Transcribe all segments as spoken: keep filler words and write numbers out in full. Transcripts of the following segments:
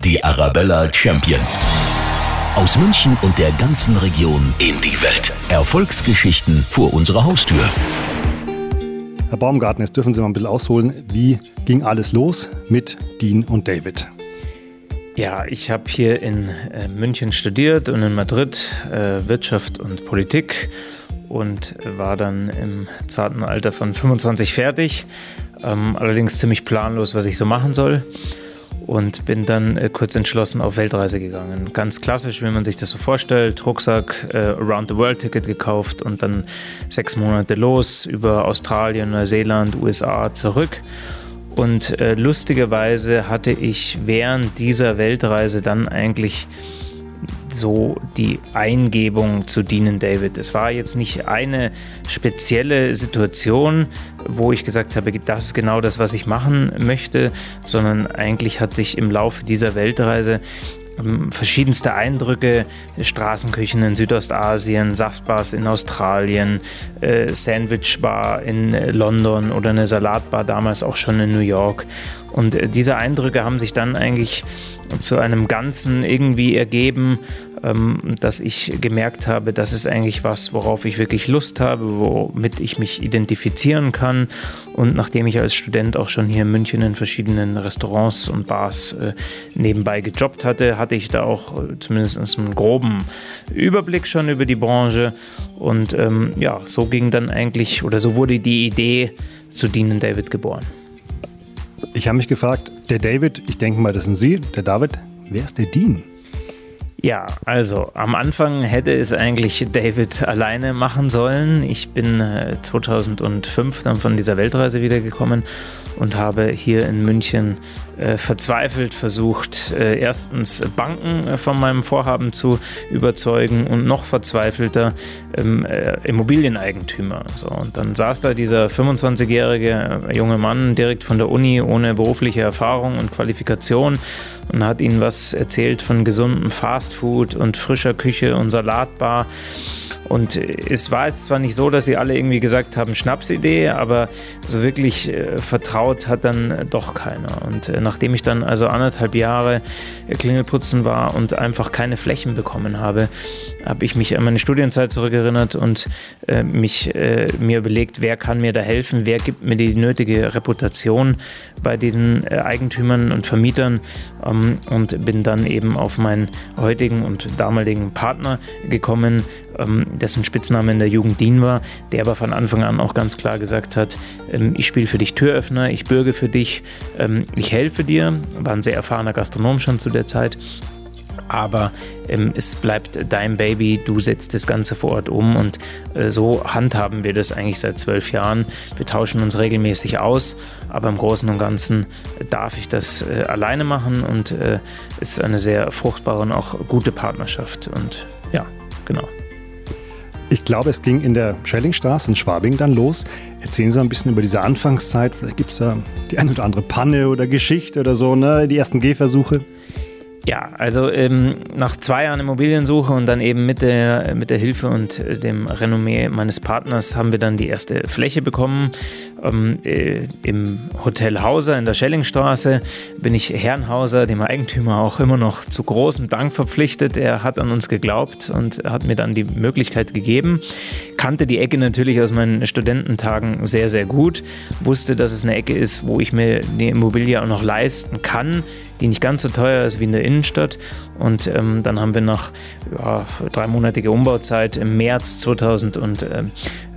Die Arabella Champions. Aus München und der ganzen Region in die Welt. Erfolgsgeschichten vor unserer Haustür. Herr Baumgartner, jetzt dürfen Sie mal ein bisschen ausholen. Wie ging alles los mit Dean und David? Ja, ich habe hier in äh, München studiert und in Madrid äh, Wirtschaft und Politik und war dann im zarten Alter von fünfundzwanzig fertig. Ähm, allerdings ziemlich planlos, was ich so machen soll. Und bin dann äh, kurz entschlossen auf Weltreise gegangen. Ganz klassisch, wie man sich das so vorstellt. Rucksack, äh, Around-the-World-Ticket gekauft und dann sechs Monate los über Australien, Neuseeland, U S A zurück. Und äh, lustigerweise hatte ich während dieser Weltreise dann eigentlich so die Eingebung zu Dean und David. Es war jetzt nicht eine spezielle Situation, wo ich gesagt habe, das ist genau das, was ich machen möchte, sondern eigentlich hat sich im Laufe dieser Weltreise verschiedenste Eindrücke, Straßenküchen in Südostasien, Saftbars in Australien, äh, Sandwichbar in London oder eine Salatbar damals auch schon in New York. Und äh, diese Eindrücke haben sich dann eigentlich zu einem Ganzen irgendwie ergeben, ähm, dass ich gemerkt habe, das ist eigentlich was, worauf ich wirklich Lust habe, womit ich mich identifizieren kann. Und nachdem ich als Student auch schon hier in München in verschiedenen Restaurants und Bars äh, nebenbei gejobbt hatte, hatte ich da auch äh, zumindest einen groben Überblick schon über die Branche. Und ähm, ja, so ging dann eigentlich, oder so wurde die Idee zu Dean und David geboren. Ich habe mich gefragt, der David, ich denke mal, das sind Sie, der David, wer ist der Dean? Ja, also am Anfang hätte es eigentlich David alleine machen sollen. Ich bin äh, zweitausendfünf dann von dieser Weltreise wiedergekommen und habe hier in München äh, verzweifelt versucht, äh, erstens Banken äh, von meinem Vorhaben zu überzeugen und noch verzweifelter ähm, äh, Immobilieneigentümer. So, und dann saß da dieser fünfundzwanzigjährige äh, junge Mann direkt von der Uni ohne berufliche Erfahrung und Qualifikation und hat ihnen was erzählt von gesundem Fastfood und frischer Küche und Salatbar. Und es war jetzt zwar nicht so, dass sie alle irgendwie gesagt haben, Schnapsidee, aber so wirklich äh, vertraut hat dann äh, doch keiner. Und äh, nachdem ich dann also anderthalb Jahre äh, Klingelputzen war und einfach keine Flächen bekommen habe, habe ich mich an meine Studienzeit zurückerinnert und äh, mich, äh, mir überlegt, wer kann mir da helfen, wer gibt mir die nötige Reputation bei den äh, Eigentümern und Vermietern, ähm, und bin dann eben auf meinen heutigen und damaligen Partner gekommen, ähm, dessen Spitzname in der Jugend Dean war, der aber von Anfang an auch ganz klar gesagt hat, ähm, ich spiele für dich Türöffner, ich bürge für dich, ähm, ich helfe dir, war ein sehr erfahrener Gastronom schon zu der Zeit, aber ähm, es bleibt dein Baby, du setzt das Ganze vor Ort um und äh, so handhaben wir das eigentlich seit zwölf Jahren. Wir tauschen uns regelmäßig aus, aber im Großen und Ganzen darf ich das äh, alleine machen und es äh, ist eine sehr fruchtbare und auch gute Partnerschaft und ja, genau. Ich glaube, es ging in der Schellingstraße in Schwabing dann los. Erzählen Sie mal ein bisschen über diese Anfangszeit. Vielleicht gibt es da die ein oder andere Panne oder Geschichte oder so, ne? Die ersten Gehversuche. Ja, also ähm, nach zwei Jahren Immobiliensuche und dann eben mit der, mit der Hilfe und äh, dem Renommee meines Partners haben wir dann die erste Fläche bekommen. Ähm, äh, im Hotel Hauser in der Schellingstraße bin ich Herrnhauser, dem Eigentümer, auch immer noch zu großem Dank verpflichtet. Er hat an uns geglaubt und hat mir dann die Möglichkeit gegeben. Kannte die Ecke natürlich aus meinen Studententagen sehr, sehr gut. Wusste, dass es eine Ecke ist, wo ich mir die Immobilie auch noch leisten kann, die nicht ganz so teuer ist wie in der Innenstadt. Und ähm, dann haben wir nach ja, dreimonatiger Umbauzeit im März zweitausendsieben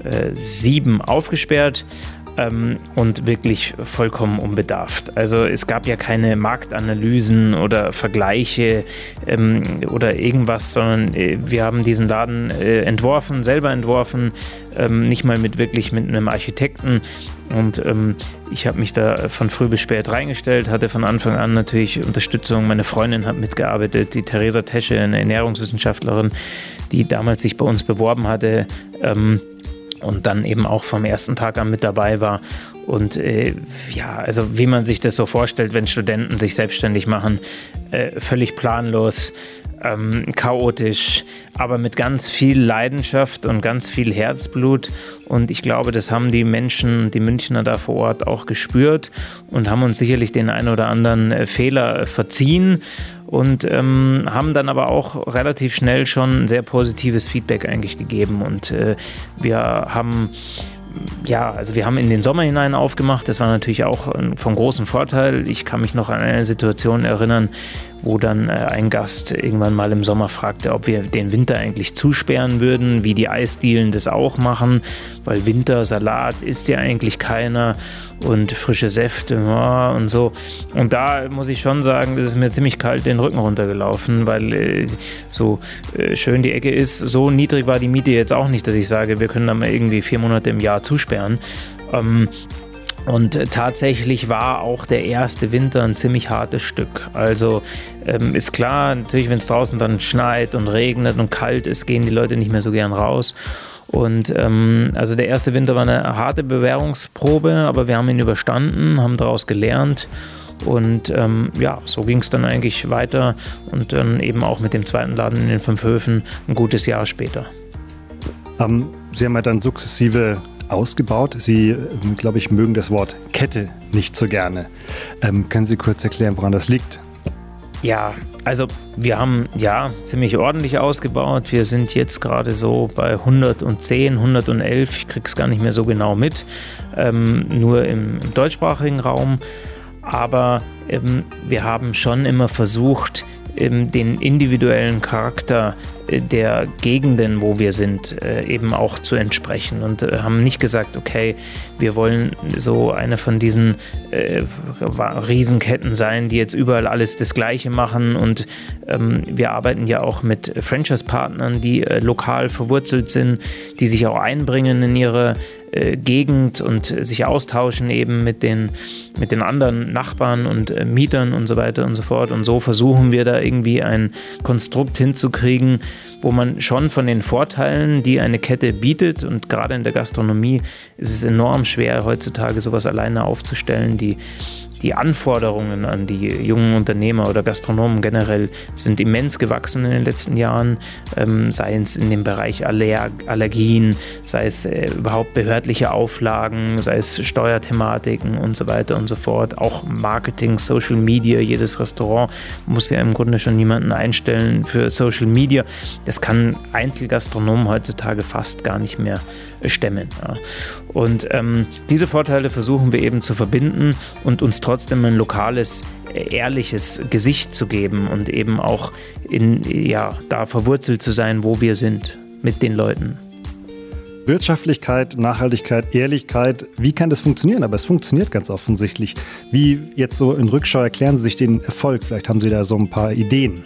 aufgesperrt. Ähm, und wirklich vollkommen unbedarft. Also es gab ja keine Marktanalysen oder Vergleiche ähm, oder irgendwas, sondern äh, wir haben diesen Laden äh, entworfen, selber entworfen, ähm, nicht mal mit wirklich mit einem Architekten. Und ähm, ich habe mich da von früh bis spät reingestellt, hatte von Anfang an natürlich Unterstützung. Meine Freundin hat mitgearbeitet, die Theresa Tesche, eine Ernährungswissenschaftlerin, die damals sich bei uns beworben hatte, ähm, und dann eben auch vom ersten Tag an mit dabei war. Und äh, ja, also wie man sich das so vorstellt, wenn Studenten sich selbstständig machen, äh, völlig planlos, ähm, chaotisch, aber mit ganz viel Leidenschaft und ganz viel Herzblut. Und ich glaube, das haben die Menschen, die Münchner da vor Ort auch gespürt und haben uns sicherlich den einen oder anderen äh, Fehler verziehen. und ähm, haben dann aber auch relativ schnell schon sehr positives Feedback eigentlich gegeben und äh, wir haben Ja, also wir haben in den Sommer hinein aufgemacht, das war natürlich auch von großem Vorteil. Ich kann mich noch an eine Situation erinnern, wo dann äh, ein Gast irgendwann mal im Sommer fragte, ob wir den Winter eigentlich zusperren würden, wie die Eisdielen das auch machen, weil Wintersalat isst ja eigentlich keiner und frische Säfte ja, und so. Und da muss ich schon sagen, das ist mir ziemlich kalt den Rücken runtergelaufen, weil äh, so äh, schön die Ecke ist, so niedrig war die Miete jetzt auch nicht, dass ich sage, wir können dann mal irgendwie vier Monate im Jahr zusperren. Ähm, Und tatsächlich war auch der erste Winter ein ziemlich hartes Stück. Also ähm, ist klar, natürlich, wenn es draußen dann schneit und regnet und kalt ist, gehen die Leute nicht mehr so gern raus. Und ähm, also der erste Winter war eine harte Bewährungsprobe, aber wir haben ihn überstanden, haben daraus gelernt. Und ähm, ja, so ging es dann eigentlich weiter und dann eben auch mit dem zweiten Laden in den Fünf Höfen ein gutes Jahr später. Ähm, Sie haben ja dann sukzessive ausgebaut. Sie, glaube ich, mögen das Wort Kette nicht so gerne. Ähm, können Sie kurz erklären, woran das liegt? Ja, also wir haben ja ziemlich ordentlich ausgebaut. Wir sind jetzt gerade so bei hundertzehn, hundertelf, ich kriege es gar nicht mehr so genau mit, ähm, nur im, im deutschsprachigen Raum. Aber ähm, wir haben schon immer versucht, ähm, den individuellen Charakter der Gegenden, wo wir sind, eben auch zu entsprechen und haben nicht gesagt, okay, wir wollen so eine von diesen äh, Riesenketten sein, die jetzt überall alles das Gleiche machen und ähm, wir arbeiten ja auch mit Franchise-Partnern, die äh, lokal verwurzelt sind, die sich auch einbringen in ihre äh, Gegend und sich austauschen eben mit den, mit den anderen Nachbarn und äh, Mietern und so weiter und so fort und so versuchen wir da irgendwie ein Konstrukt hinzukriegen, wo man schon von den Vorteilen, die eine Kette bietet, und gerade in der Gastronomie ist es enorm schwer, heutzutage sowas alleine aufzustellen. Die, die Anforderungen an die jungen Unternehmer oder Gastronomen generell sind immens gewachsen in den letzten Jahren, ähm, sei es in dem Bereich Aller- Allergien, sei es äh, überhaupt behördliche Auflagen, sei es Steuerthematiken und so weiter und so fort. Auch Marketing, Social Media, jedes Restaurant muss ja im Grunde schon jemanden einstellen für Social Media. Das kann Einzelgastronomen heutzutage fast gar nicht mehr stemmen. Ja. Und ähm, diese Vorteile versuchen wir eben zu verbinden und uns trotzdem ein lokales, ehrliches Gesicht zu geben und eben auch in, ja, da verwurzelt zu sein, wo wir sind, mit den Leuten. Wirtschaftlichkeit, Nachhaltigkeit, Ehrlichkeit, wie kann das funktionieren? Aber es funktioniert ganz offensichtlich. Wie jetzt so in Rückschau erklären Sie sich den Erfolg? Vielleicht haben Sie da so ein paar Ideen.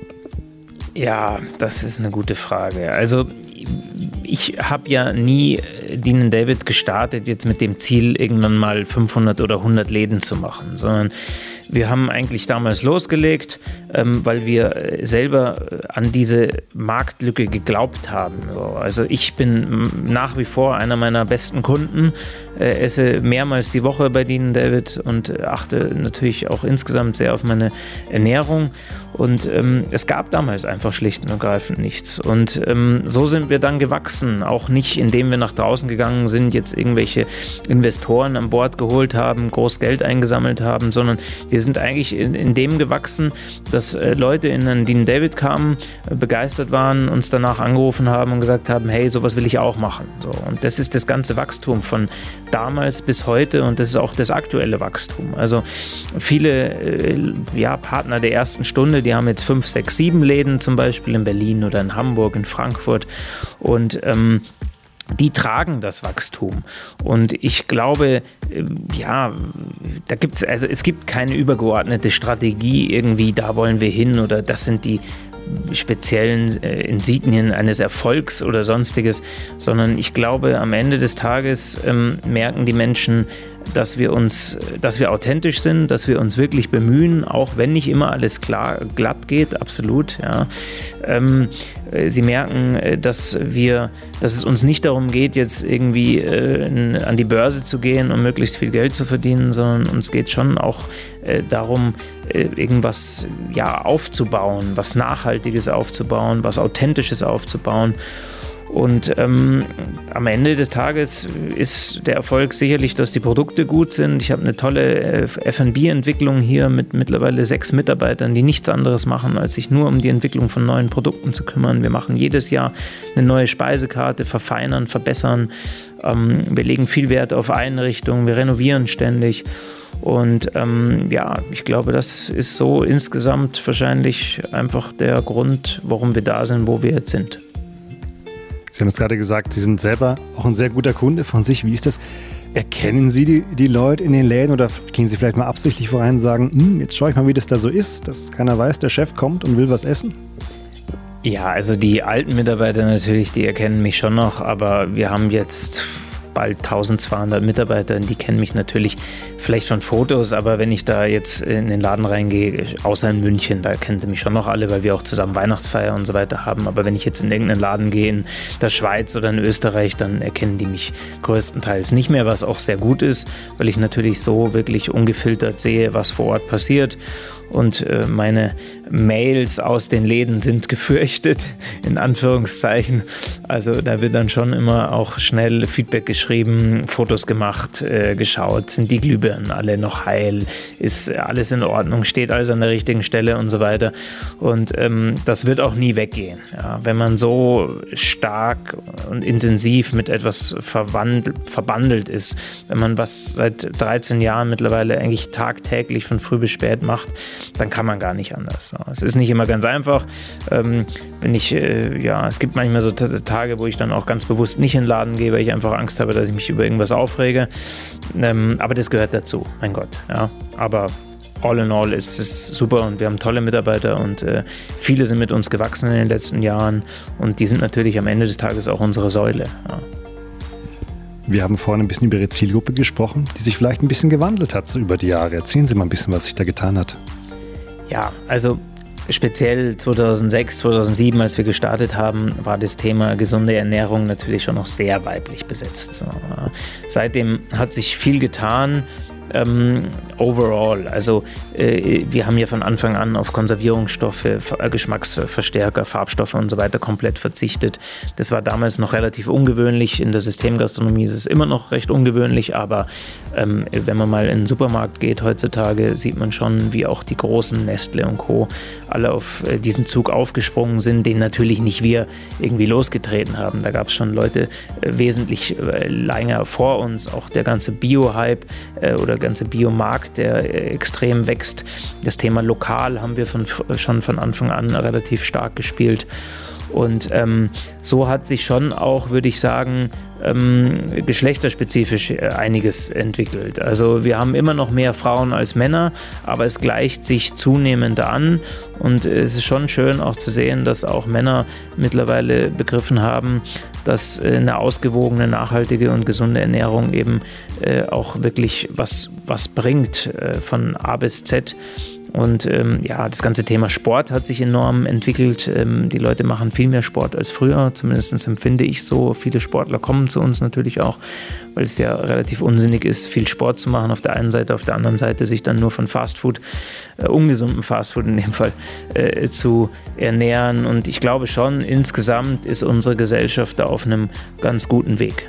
Ja, das ist eine gute Frage. Also ich habe ja nie Dean and David gestartet jetzt mit dem Ziel, irgendwann mal fünfhundert oder hundert Läden zu machen, sondern wir haben eigentlich damals losgelegt, ähm, weil wir selber an diese Marktlücke geglaubt haben. Also ich bin nach wie vor einer meiner besten Kunden, äh, esse mehrmals die Woche bei Dean and David und achte natürlich auch insgesamt sehr auf meine Ernährung. Und ähm, es gab damals einfach schlicht und ergreifend nichts. Und ähm, so sind wir dann gewachsen, auch nicht indem wir nach draußen gegangen sind, jetzt irgendwelche Investoren an Bord geholt haben, groß Geld eingesammelt haben, sondern wir sind eigentlich in, in dem gewachsen, dass äh, Leute in einen Dean and David kamen, äh, begeistert waren, uns danach angerufen haben und gesagt haben, hey, sowas will ich auch machen. So, und das ist das ganze Wachstum von damals bis heute und das ist auch das aktuelle Wachstum. Also viele äh, ja, Partner der ersten Stunde, die haben jetzt fünf, sechs, sieben Läden zum Beispiel in Berlin oder in Hamburg, in Frankfurt und ähm, die tragen das Wachstum. Und ich glaube, ja, da gibt's, also es gibt keine übergeordnete Strategie irgendwie, da wollen wir hin oder das sind die speziellen äh, Insignien eines Erfolgs oder sonstiges, sondern ich glaube, am Ende des Tages ähm, merken die Menschen, dass wir uns, dass wir authentisch sind, dass wir uns wirklich bemühen, auch wenn nicht immer alles klar glatt geht, absolut. Ja. Ähm, sie merken, dass wir, dass es uns nicht darum geht, jetzt irgendwie äh, an die Börse zu gehen und möglichst viel Geld zu verdienen, sondern uns geht schon auch äh, darum, äh, irgendwas ja, aufzubauen, was Nachhaltiges aufzubauen, was Authentisches aufzubauen. Und ähm, am Ende des Tages ist der Erfolg sicherlich, dass die Produkte gut sind. Ich habe eine tolle F und B-Entwicklung hier mit mittlerweile sechs Mitarbeitern, die nichts anderes machen, als sich nur um die Entwicklung von neuen Produkten zu kümmern. Wir machen jedes Jahr eine neue Speisekarte, verfeinern, verbessern. Ähm, wir legen viel Wert auf Einrichtungen, wir renovieren ständig. Und ähm, ja, ich glaube, das ist so insgesamt wahrscheinlich einfach der Grund, warum wir da sind, wo wir jetzt sind. Sie haben jetzt gerade gesagt, Sie sind selber auch ein sehr guter Kunde von sich. Wie ist das? Erkennen Sie die, die Leute in den Läden oder gehen Sie vielleicht mal absichtlich voran und sagen, hm, jetzt schaue ich mal, wie das da so ist, dass keiner weiß, der Chef kommt und will was essen? Ja, also die alten Mitarbeiter natürlich, die erkennen mich schon noch, aber wir haben jetzt bald eintausendzweihundert Mitarbeiter, die kennen mich natürlich vielleicht von Fotos, aber wenn ich da jetzt in den Laden reingehe, außer in München, da kennen sie mich schon noch alle, weil wir auch zusammen Weihnachtsfeier und so weiter haben, aber wenn ich jetzt in irgendeinen Laden gehe, in der Schweiz oder in Österreich, dann erkennen die mich größtenteils nicht mehr, was auch sehr gut ist, weil ich natürlich so wirklich ungefiltert sehe, was vor Ort passiert. Und äh, meine Mails aus den Läden sind gefürchtet, in Anführungszeichen. Also da wird dann schon immer auch schnell Feedback geschrieben, Fotos gemacht, äh, geschaut, sind die Glühbirnen alle noch heil, ist alles in Ordnung, steht alles an der richtigen Stelle und so weiter. Und ähm, das wird auch nie weggehen. Ja, wenn man so stark und intensiv mit etwas verwandelt, verbandelt ist, wenn man was seit dreizehn Jahren mittlerweile eigentlich tagtäglich von früh bis spät macht, dann kann man gar nicht anders. Es ist nicht immer ganz einfach. Ähm, wenn ich, äh, ja, es gibt manchmal so t- Tage, wo ich dann auch ganz bewusst nicht in den Laden gehe, weil ich einfach Angst habe, dass ich mich über irgendwas aufrege. Ähm, aber das gehört dazu, mein Gott. Ja. Aber all in all ist es super und wir haben tolle Mitarbeiter und äh, viele sind mit uns gewachsen in den letzten Jahren und die sind natürlich am Ende des Tages auch unsere Säule. Ja. Wir haben vorhin ein bisschen über Ihre Zielgruppe gesprochen, die sich vielleicht ein bisschen gewandelt hat so über die Jahre. Erzählen Sie mal ein bisschen, was sich da getan hat. Ja, also speziell zweitausendsechs, zweitausendsieben, als wir gestartet haben, war das Thema gesunde Ernährung natürlich schon noch sehr weiblich besetzt. So, ja. Seitdem hat sich viel getan. Ähm, overall, also äh, wir haben ja von Anfang an auf Konservierungsstoffe, F- Geschmacksverstärker, Farbstoffe und so weiter komplett verzichtet. Das war damals noch relativ ungewöhnlich. In der Systemgastronomie ist es immer noch recht ungewöhnlich, aber ähm, wenn man mal in den Supermarkt geht heutzutage, sieht man schon, wie auch die großen Nestle und Co. alle auf äh, diesen Zug aufgesprungen sind, den natürlich nicht wir irgendwie losgetreten haben. Da gab es schon Leute äh, wesentlich äh, länger vor uns, auch der ganze Bio-Hype äh, oder ganze Biomarkt, der extrem wächst. Das Thema lokal haben wir von, schon von Anfang an relativ stark gespielt. Und ähm, so hat sich schon auch, würde ich sagen, ähm, geschlechterspezifisch einiges entwickelt. Also wir haben immer noch mehr Frauen als Männer, aber es gleicht sich zunehmend an. Und es ist schon schön auch zu sehen, dass auch Männer mittlerweile begriffen haben, dass eine ausgewogene, nachhaltige und gesunde Ernährung eben äh, auch wirklich was, was bringt äh, von A bis Z. Und ähm, ja, das ganze Thema Sport hat sich enorm entwickelt. Ähm, die Leute machen viel mehr Sport als früher, zumindest empfinde ich so. Viele Sportler kommen zu uns natürlich auch, weil es ja relativ unsinnig ist, viel Sport zu machen auf der einen Seite, auf der anderen Seite sich dann nur von Fastfood, äh, ungesundem Fastfood in dem Fall, äh, zu ernähren. Und ich glaube schon, insgesamt ist unsere Gesellschaft da auf einem ganz guten Weg.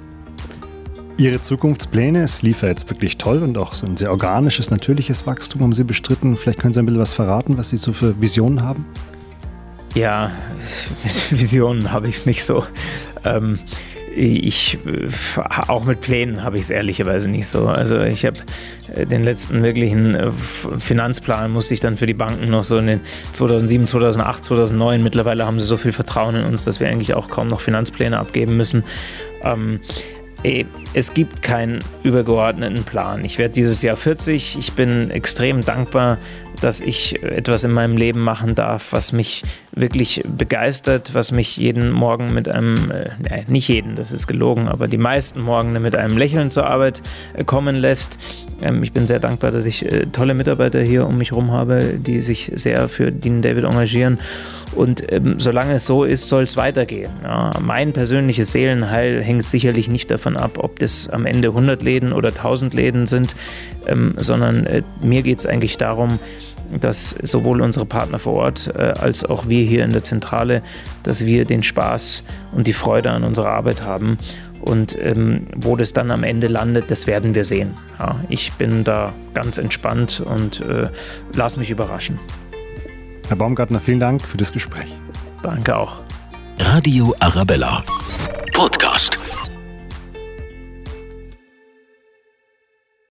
Ihre Zukunftspläne, es lief ja jetzt wirklich toll und auch so ein sehr organisches, natürliches Wachstum haben Sie bestritten. Vielleicht können Sie ein bisschen was verraten, was Sie so für Visionen haben? Ja, mit Visionen habe ich es nicht so. Ähm, ich, auch mit Plänen habe ich es ehrlicherweise nicht so. Also ich habe den letzten wirklichen Finanzplan musste ich dann für die Banken noch so in den zweitausendsieben, zweitausendacht, zweitausendneun. Mittlerweile haben sie so viel Vertrauen in uns, dass wir eigentlich auch kaum noch Finanzpläne abgeben müssen. Ähm, Es gibt keinen übergeordneten Plan. Ich werde dieses Jahr vierzig. Ich bin extrem dankbar, dass ich etwas in meinem Leben machen darf, was mich wirklich begeistert, was mich jeden Morgen mit einem, äh, nicht jeden, das ist gelogen, aber die meisten Morgen mit einem Lächeln zur Arbeit äh, kommen lässt. Ähm, ich bin sehr dankbar, dass ich äh, tolle Mitarbeiter hier um mich herum habe, die sich sehr für Dean David engagieren. Und ähm, solange es so ist, soll es weitergehen. Ja, mein persönliches Seelenheil hängt sicherlich nicht davon ab, ob das am Ende hundert Läden oder tausend Läden sind, ähm, sondern äh, mir geht es eigentlich darum, dass sowohl unsere Partner vor Ort äh, als auch wir hier in der Zentrale, dass wir den Spaß und die Freude an unserer Arbeit haben. Und ähm, wo das dann am Ende landet, das werden wir sehen. Ja, ich bin da ganz entspannt und äh, lass mich überraschen. Herr Baumgartner, vielen Dank für das Gespräch. Danke auch. Radio Arabella Podcast.